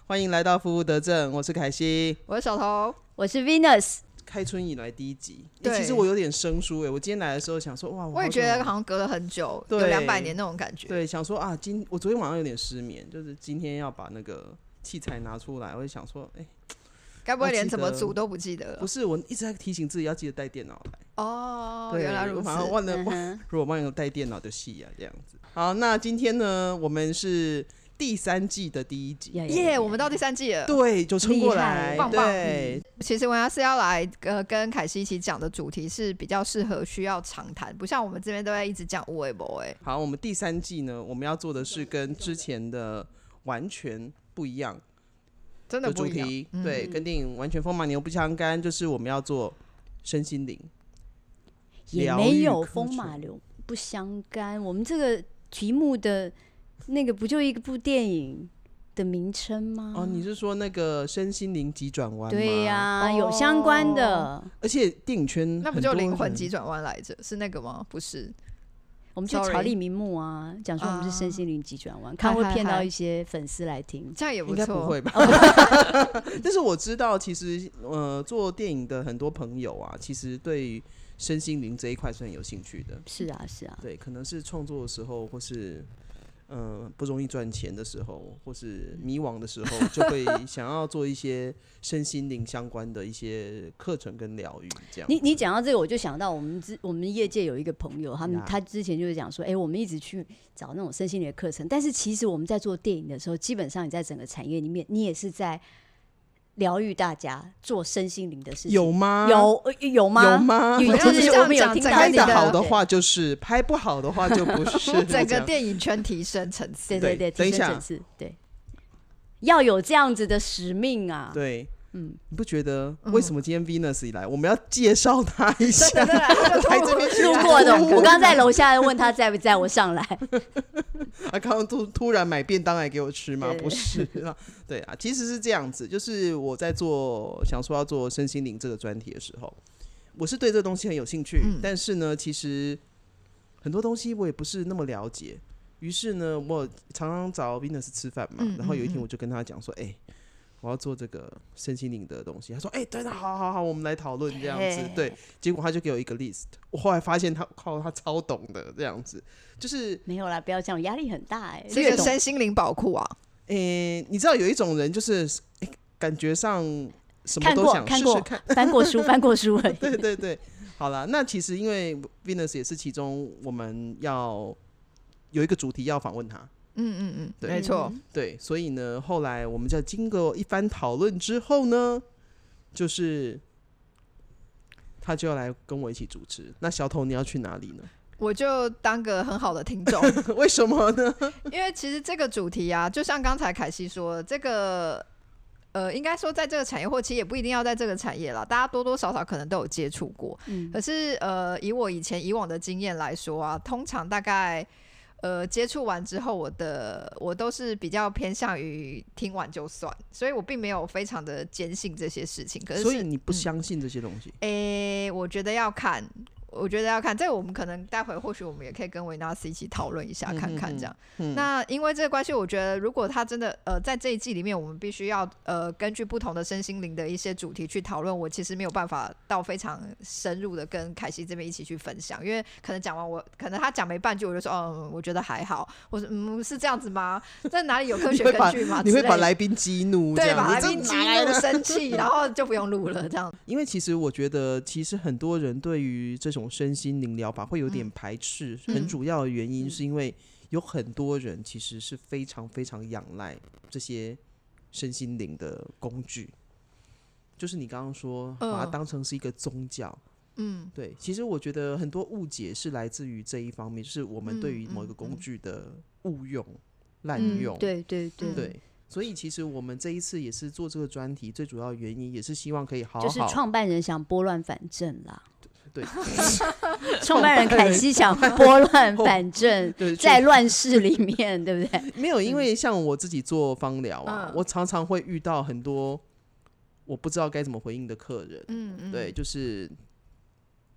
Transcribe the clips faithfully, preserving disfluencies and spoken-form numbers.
欢迎来到服务得正，我是凯西， 我是小头， 我是 Venus。 开春以来第一集， 对、 欸，其实我有点生疏哎，我今天来的时候想说，哇，我, 我也觉得好像隔了很久，有两百年那种感觉。 对，想说啊，今我昨天晚上有点失眠，就是今天要把那个器材拿出来，我就想说，哎、欸， 该不会连怎么煮都不记得了？ 不是，我一直在提醒自己要记得带电脑来。 哦，原来如此。 我好像忘了，嗯、如果忘了带电脑就戏啊，这样子。好，那今天呢，我们是第三季的第一集， 耶、yeah, yeah, ！我们到第三季了， 对，就冲过来， 棒棒。 对， 嗯、其实我要是要来呃跟凯西一起讲的主题是比较适合需要长谈，不像我们这边都在一直讲有的没的。 好，我们第三季呢，我们要做的是跟之前的完全不一样。 真的不一样， 主题、嗯、对，跟电影完全风马牛不相干，就是我们要做身心灵， 也没有风马牛不相干。我们这个题目的那个不就一部电影的名称吗？ 哦，你是说那个身心灵急转弯吗？ 对呀、啊哦，有相关的。 而且电影圈那不就灵魂急转弯来着？是那个吗？不是。 我们就草立名目啊，讲说我们是身心灵急转弯，看会骗到一些粉丝来听， 这样也不错。 应该不会吧？但是我知道，其实呃，做电影的很多朋友啊，其实对身心灵这一块是很有兴趣的。 是啊，是啊， 对，可能是创作的时候，或是呃不容易赚钱的时候，或是迷惘的时候，就会想要做一些身心灵相关的一些课程跟疗愈。这样， 你你讲到这个，我就想到我们我们业界有一个朋友，他们、yeah. 他之前就是讲说，哎、欸，我们一直去找那种身心灵的课程，但是其实我们在做电影的时候，基本上你在整个产业里面，你也是在疗愈大家做身心灵的事情， 有吗？ 有有吗？ 有吗？ 有就是我们有听到拍得好的话就是，拍不好的话就不是。 整个电影圈提升层次， 对对对，提升层次，对，要有这样子的使命啊， 对。嗯，你不觉得为什么今天 Venus 一来，嗯、我们要介绍他一下？ 来这边路过的，我刚刚在楼下问他在不在，我上来。 他刚刚突突然买便当来给我吃吗？不是，对啊，其实是这样子，就是我在做想说要做身心灵这个专题的时候，我是对这个东西很有兴趣，嗯、但是呢，其实很多东西我也不是那么了解。于是呢，我常常找 Venus 吃饭嘛，嗯、然后有一天我就跟他讲说，哎、欸。我要做这个身心灵的东西，他说：“哎、欸，对的，好好好，我们来讨论这样子。”对，结果他就给我一个 list， 我后来发现他靠他超懂的这样子，就是没有啦，不要这样，压力很大哎、欸。 这个身心灵宝库啊， 哎、欸，你知道有一种人就是、欸、感觉上什么都想试试看， 翻过书，翻过书而已。 对对对，好啦，那其实因为 Venus 也是其中我们要有一个主题要访问他。 嗯嗯嗯，没错， 对，所以呢，后来我们在经过一番讨论之后呢，就是他就要来跟我一起主持。那小头你要去哪里呢？ 我就当个很好的听众。 为什么呢？ 因为其实这个主题啊，就像刚才凯西说，这个呃，应该说在这个产业，或其实也不一定要在这个产业啦，大家多多少少可能都有接触过。嗯，可是呃，以我以前以往的经验来说啊，通常大概。呃，接触完之后，我的我都是比较偏向于听完就算，所以我并没有非常的坚信这些事情。可是， 所以你不相信这些东西？ 诶、嗯欸，我觉得要看，我觉得要看。这个我们可能待会或许我们也可以跟维纳斯一起讨论一下，看看这样。嗯嗯嗯、那因为这个关系，我觉得如果他真的呃在这一季里面，我们必须要呃根据不同的身心灵的一些主题去讨论。我其实没有办法到非常深入的跟凯西这边一起去分享，因为可能讲完我可能他讲没半句，我就说嗯，我觉得还好。我说嗯，是这样子吗？在哪里有科学根据吗？ 你会把来宾激怒， 对，把来宾激怒、生气，然后就不用录了这样。 因为其实我觉得，其实很多人对于这种身心灵疗法会有点排斥，嗯、很主要的原因是因为有很多人其实是非常非常仰赖这些身心灵的工具，就是你刚刚说把它当成是一个宗教。嗯，对，其实我觉得很多误解是来自于这一方面，就是我们对于某一个工具的误用、滥、嗯、用、嗯。 对对对对，所以其实我们这一次也是做这个专题，最主要的原因也是希望可以好好， 就是创办人想拨乱反正啦。 对， 创办人凯西想拨乱反正，在乱世里面，对不对？ 没有，因为像我自己做芳疗啊、嗯，我常常会遇到很多我不知道该怎么回应的客人。嗯嗯，对，就是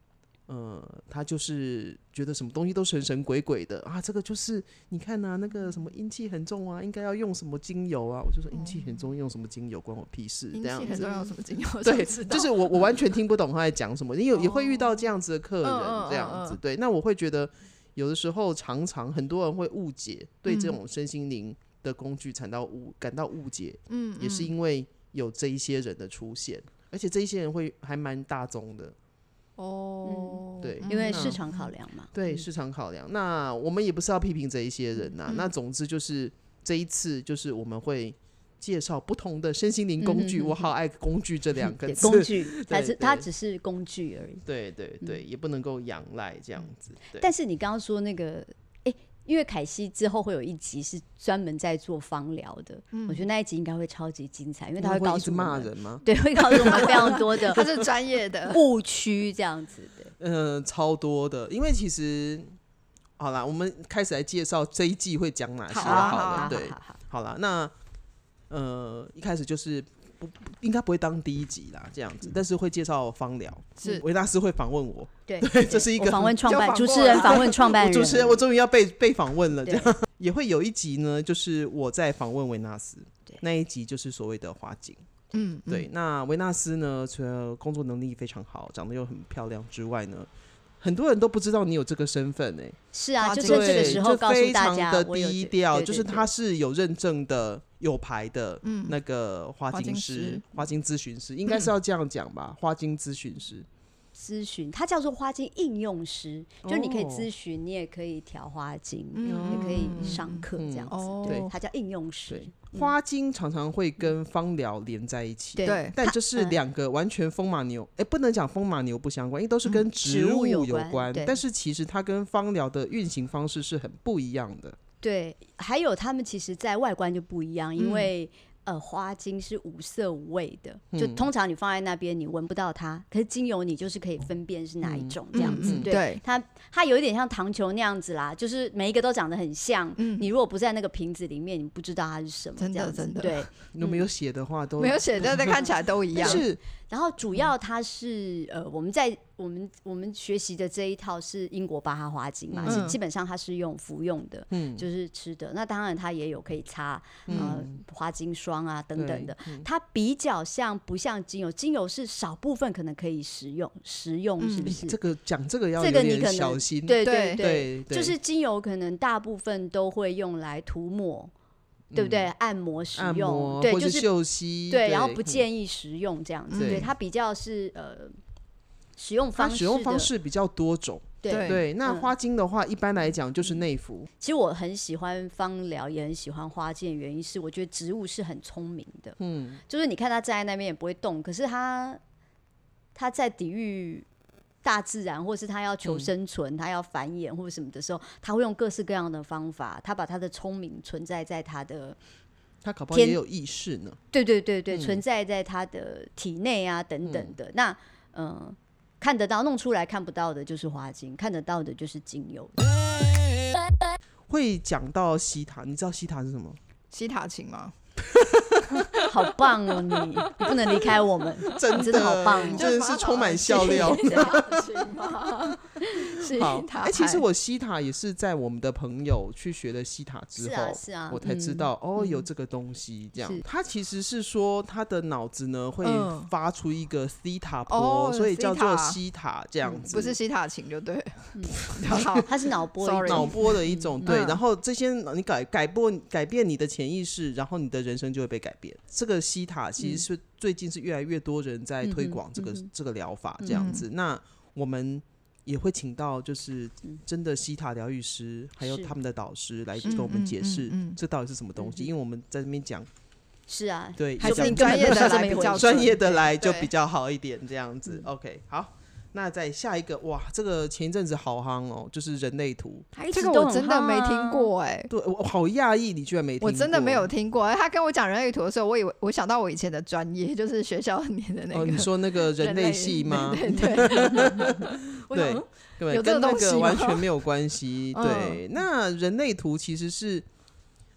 呃，他就是觉得什么东西都神神鬼鬼的啊，这个就是你看啊，那个什么阴气很重啊，应该要用什么精油啊？我就说阴气很重，用什么精油关我屁事？ 阴这样子气很重要，什么精油？ 对，就是我我完全听不懂他在讲什么，也有、也会遇到这样子的客人， 嗯这样子。 嗯嗯对，那我会觉得有的时候常常很多人会误解，对这种身心灵的工具感到误感到误解， 嗯， 也是因为有这一些人的出现，而且这一些人会还蛮大众的。 哦， 对因为市场考量嘛。 对市场考量，那我们也不是要批评这一些人呐、 嗯那总之就是这一次就是我们会介绍不同的身心灵工具， 嗯嗯嗯我好爱工具这两个对， 字， 工具，它对是它对只是工具而已。 对对对，也不能够仰赖这样子。对， 但是你刚刚说那个，哎、因为凯西之后会有一集是专门在做芳疗的，我觉得那一集应该会超级精彩，因为他会一直告诉我们， 骂人吗？ 对，会告诉我们非常多的他是专业的误区这样子的。 嗯、呃，超多的，因为其实好啦，我们开始来介绍这一季会讲哪些好啊好了， 好啊对， 好好好好啦，那呃一开始就是不应该不会当第一集啦，这样子，但是会介绍芳疗， 是维纳斯会访问我， 对， 对，这是一个我访问创办就访过主持人了访问创办人， 我主持人，我终于要被被访问了，这对样也会有一集呢，就是我在访问维纳斯对， 那一集就是所谓的花精。 嗯， 对，那维纳斯呢，除了工作能力非常好，长得又很漂亮之外呢，很多人都不知道你有这个身份哎、欸。 是啊， 花精就趁这个对， 时候告诉就非大家， 常的我有这低调， 对对对就是他是有认证的、有牌的嗯那个花花精精师师、 花精咨询师，应该是要这样讲吧？花精咨询师。 咨询，它叫做花精应用师，就你可以哦咨询，你也可以调花精， 嗯也可以上课这样子。 嗯对哦， 它叫应用师对。，花精常常会跟芳疗连在一起。 对对但这是嗯两个完全风马牛，哎、不能讲风马牛不相关，因为都是跟植植物物有有关对但是其实它跟芳疗的运行方式是很不一样的。 对，还有他们其实在外观就不一样，因嗯为、呃花精是无色无味的，就嗯通常你放在那边你闻不到它，可是精油你就是可以分辨是哪一种这样子。 嗯嗯对， 对它它有一点像糖球那样子啦，就是每一个都长得很像。 嗯你如果不在那个瓶子里面，你不知道它是什么真的这样子。 真的对， 如果没有写的话都， 没有写，但但看起来都一样。 是然后主要它是呃，我们在我们我们学习的这一套是英国巴哈花精嘛， 嗯基本上它是用服用的， 嗯就是吃的。那当然它也有可以擦呃嗯花精霜啊等等的对嗯， 它比较像不像精油？精油是少部分可能可以食用，食用是不嗯是？ 这个讲这个要这有点个你可能小心。 对对对对对就是精油可能大部分都会用来涂抹，对不对？按摩使嗯按用， 摩对，就是或是嗅吸， 对，然后不嗯建议食用这样子。 对对，它比较是呃使用方式的， 它使用方式比较多种。 对。 对对，那嗯花精的话，一般来讲就是内服。 其实我很喜欢芳疗，也很喜欢花精的原因是，我觉得植物是很聪明的。 嗯， 就是你看它站在那边也不会动，可是它它在抵御大自然，或是它要求生存、它要繁衍或者什么的时候，它会用各式各样的方法，它把它的聪明存在在它的， 它搞不好天也有意识呢。 对对对对， 嗯存在在它的体内啊等等的。那嗯、呃看得到弄出来看不到的就是花精，看得到的就是精油。 会讲到西塔，你知道西塔是什么？ 西塔琴吗？ 好棒哦你，你不能离开我们， 真你真的好棒哦。 你真的是充满笑料。 西塔琴吗？西好， 塔哎、其实牌我西塔也是在我们的朋友去学了西塔之是后， 啊是啊我才知嗯道、哦，有这个东西。这样是， 它其实是说他的脑子呢会嗯发出一个西塔波， 哦所以叫做 theta 西塔这样子。 不是西塔琴就对了。 嗯好， 它是脑波一 Sorry 种脑波的一种，对， 嗯然后这些你改改波改变你的潜意识，然后你的人生就会被改变。这个西塔其实是最近是越来越多人在推广这个、 嗯嗯哼这个疗法这样子。那我们也会请到就是真的西塔疗愈师，还有是他们的导师来跟我们解释嗯嗯嗯嗯这到底是什么东西， 嗯哼因为我们在这边讲， 是啊， 对， 还讲是专业的来比较专业的来就对比较好一点，这样子。OK， 好。那再下一个，哇，这个前一阵子好夯哦，就是人类图。 这个我真的没听过哎、 对我好讶异，你居然没听过？ 我真的没有听过。他跟我讲人类图的时候，我以为我想到我以前的专业，就是学校念的那个。 哦，你说那个人类系吗？ 对对对，我想对嗯对， 有这个跟那东西吗个完全没有关系。 嗯对，那人类图其实是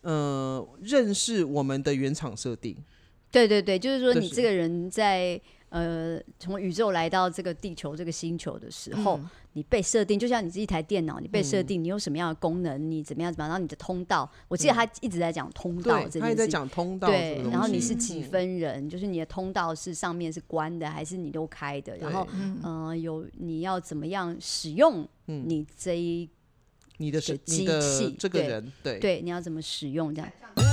呃认识我们的原厂设定。 对对对，就是说这是你这个人在呃，从宇宙来到这个地球这个星球的时候， 嗯你被设定，就像你是一台电脑，你被设定你有什么样的功能，你怎么样怎么样，然后你的通道，我记得他一直在讲通道这件事情， 对，他也在讲通道这个东西， 对，然后你是几分人，嗯、就是你的通道是上面是关的还是你都开的，然后嗯、呃，有你要怎么样使用你这一你的机器， 你的这个人，对对, 对，你要怎么使用这样。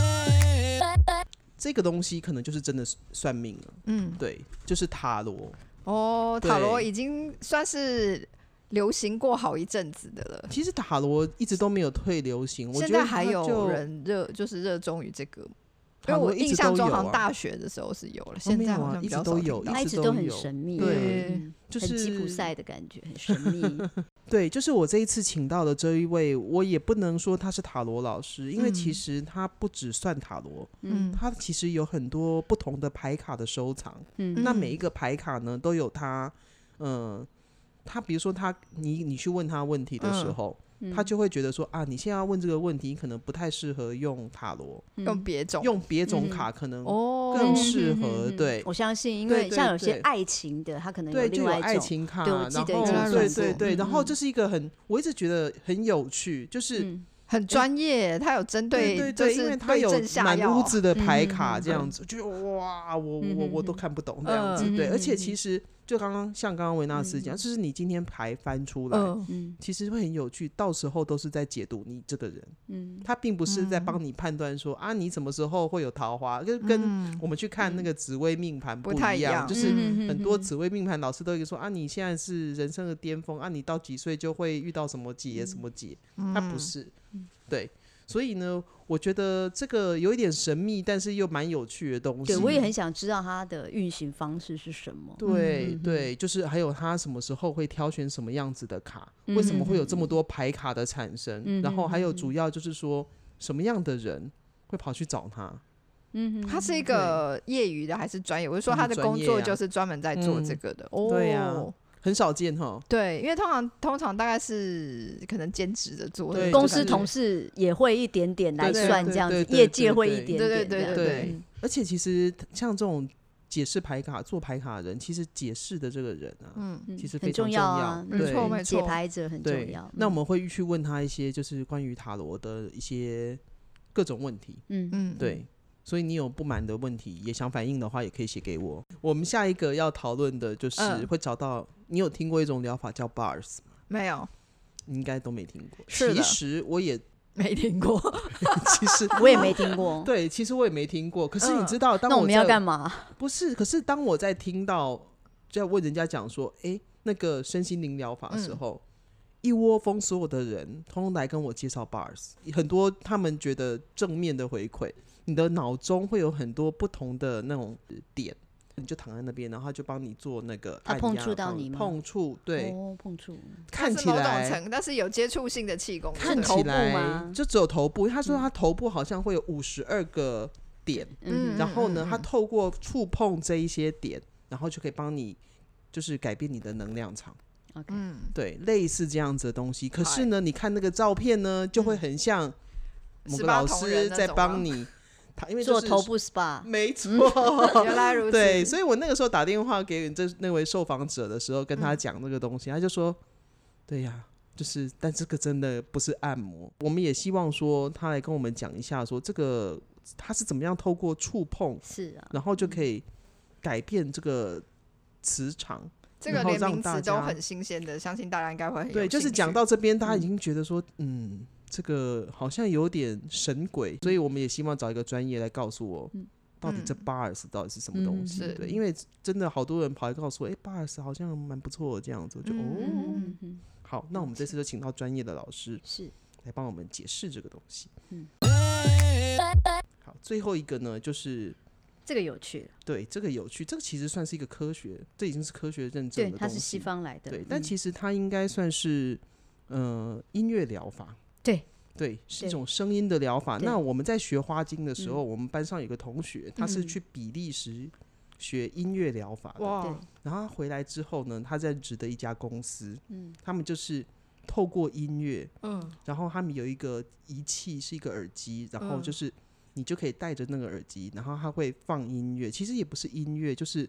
这个东西可能就是真的算命了，嗯，对，就是塔罗。 哦，塔罗已经算是流行过好一阵子的了。 其实塔罗一直都没有退流行， 现在还有人热，就是热衷于这个。因为我印象中好像大学的时候是有了，现在好像比较少听到， 它一直都很神秘， 对， 嗯、就是很吉普赛的感觉，很神秘。 对，就是我这一次请到的这一位，我也不能说他是塔罗老师，因为其实他不只算塔罗，嗯，他其实有很多不同的牌卡的收藏，嗯，那每一个牌卡呢都有他，嗯、呃，他比如说他，你你去问他问题的时候。嗯他就会觉得说啊，你现在要问这个问题，可能不太适合用塔罗， 用别种， 用别种卡可能更适合。 嗯、 对， 我相信，因为像有些爱情的，他可能有另外一种对，就有爱情卡， 对，我记得以前对对对，然后这是一个很，我一直觉得很有趣，就是。嗯很专业，他有针对， 对对对，因为他有满屋子的牌卡这样子，就哇，我我我都看不懂这样子，对，而且其实就刚刚像刚刚维纳斯讲，就是你今天牌翻出来，其实会很有趣，到时候都是在解读你这个人，嗯，他并不是在帮你判断说啊，你什么时候会有桃花，跟跟我们去看那个紫微命盘不一样，就是很多紫微命盘老师都会说啊，你现在是人生的巅峰啊，你到几岁就会遇到什么劫什么劫，他不是。对，所以呢，我觉得这个有一点神秘，但是又蛮有趣的东西。 对，我也很想知道它的运行方式是什么。 对、嗯、对，就是还有他什么时候会挑选什么样子的卡，嗯、为什么会有这么多牌卡的产生？嗯、然后还有主要就是说什么样的人会跑去找他？ 嗯，他是一个业余的还是专业？我是说他的工作就是专门在做这个的。嗯、哦， 对呀、啊。很少见哈， 对，因为通常通常大概是可能兼职的做， 公司同事也会一点点来算这样子，业界会一点点， 对对对对对。 而且其实像这种解释牌卡、做牌卡的人，其实解释的这个人啊，嗯，其实非常重要啊， 没错没错， 解牌者很重要。 那我们会去问他一些就是关于塔罗的一些各种问题，嗯嗯，对。所以你有不满的问题也想反映的话也可以写给我。我们下一个要讨论的就是会找到、嗯、你有听过一种疗法叫 bars 吗？ 没有， 你应该都没听过。 是其实我也没听过其实我也没听过对，其实我也没听过。可是你知道、嗯、当我那我们要干嘛？ 不是，可是当我在听到就在问人家讲说哎、欸，那个身心灵疗法的时候、嗯、一窝蜂所有的人通通来跟我介绍 bars， 很多他们觉得正面的回馈，你的脑中会有很多不同的那种点，你就躺在那边，然后他就帮你做那个按压， 他碰触到你吗？ 碰触，对， 哦，碰触， 看起来， 是但是有接触性的气功， 看起来就只有头部。他说他头部好像会有五十二个点，嗯，然后呢，他透过触碰这一些点，然后就可以帮你就是改变你的能量场。 嗯， 对，类似这样子的东西。可是呢，你看那个照片呢，就会很像某个老师在帮你。他因为、就是、 做头部 S P A， 没错， 原来如此。 对，所以我那个时候打电话给这那位受访者的时候，跟他讲那个东西，嗯、他就说：“对呀、啊，就是，但这个真的不是按摩。我们也希望说他来跟我们讲一下，说这个他是怎么样透过触碰， 是啊， 然后就可以改变这个磁场。” 这个连名词都很新鲜的，相信大家应该会很有兴趣。 对，就是讲到这边，大家已经觉得说，嗯。嗯这个好像有点神鬼，所以我们也希望找一个专业来告诉我，嗯、到底这 bars 到底是什么东西？嗯、对，因为真的好多人跑来告诉我，哎 ，bars 好像蛮不错的这样子，我就、嗯、哦，好，那我们这次就请到专业的老师是来帮我们解释这个东西。 嗯， 好，最后一个呢，就是这个有趣， 对，这个有趣，这个其实算是一个科学，这已经是科学认证的东西， 对，它是西方来的， 对，但其实它应该算是呃音乐疗法。 对对，是一种声音的疗法。那我们在学花精的时候，嗯、我们班上有个同学，他是去比利时学音乐疗法的。 哇！ 然后他回来之后呢，他在职的一家公司，嗯，他们就是透过音乐，嗯，然后他们有一个仪器是一个耳机，然后就是你就可以戴着那个耳机，然后它会放音乐。其实也不是音乐，就是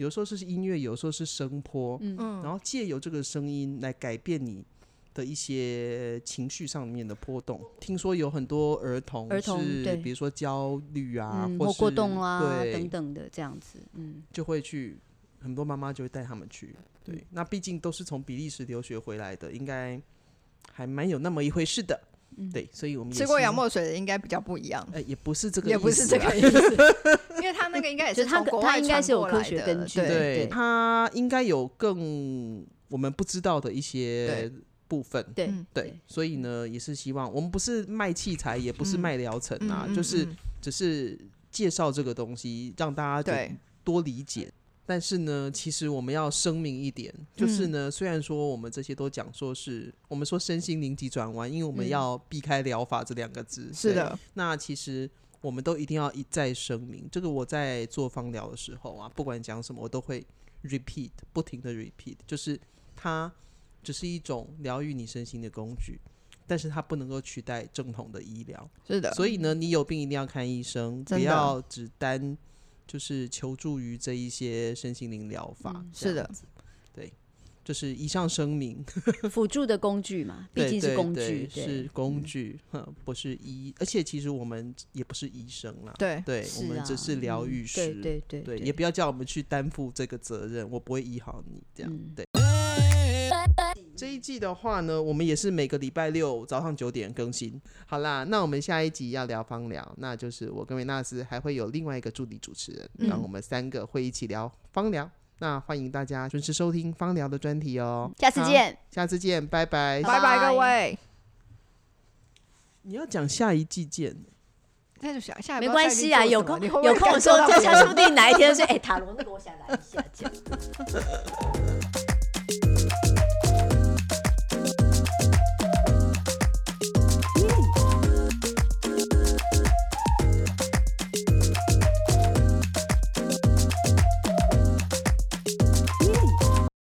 有时候是音乐，有时候是声波， 嗯， 然后借由这个声音来改变你的一些情绪上面的波动。听说有很多儿童儿童对是比如说焦虑啊， 嗯、 或是或过动啊对等等的这样子，嗯， 就会去，很多妈妈就会带他们去。对，嗯、那毕竟都是从比利时留学回来的，应该还蛮有那么一回事的。嗯、对，所以我们也吃过洋墨水的应该比较不一样。 哎、欸，也不是这个意思， 也不是这个意思，因为他那个应该也是从国外传过来的， 他应该是有科学根据， 对， 对，他应该有更我们不知道的一些部分， 对对, 对，所以呢，也是希望我们不是卖器材，也不是卖疗程啊， 嗯、 就是只是介绍这个东西，让大家多理解。但是呢，其实我们要声明一点，就是呢，嗯、虽然说我们这些都讲说是我们说身心灵急转弯，因为我们要避开疗法这两个字，嗯、 是的。 那其实我们都一定要一再声明，这个我在做芳疗的时候啊，不管讲什么，我都会 repeat， 不停的 repeat， 就是它只是一种疗愈你身心的工具，但是它不能够取代正统的医疗。 是的。 所以呢，你有病一定要看医生，不要只单。就是求助于这一些身心灵疗法、嗯， 是的， 对，就是以上声明， 辅助的工具嘛，毕竟是工具， 对对对是工具、嗯，不是医，而且其实我们也不是医生啦， 对对， 啊、 我们只是疗愈师、 嗯，对对 对, 对，也不要叫我们去担负这个责任，我不会医好你这样，嗯、对。这一季的话呢，我们也是每个礼拜六早上九点更新。好啦，那我们下一集要聊芳疗，那就是我跟维纳斯还会有另外一个助理主持人，嗯、然后我们三个会一起聊芳疗。那欢迎大家准时收听芳疗的专题哦， 下次见， 下次见，拜拜， 拜拜各位。 你要讲下一季见。 那就想下没关系啊，有空有空的时候，就说不定哪一天说，哎、欸，塔罗那个我想来一下这样。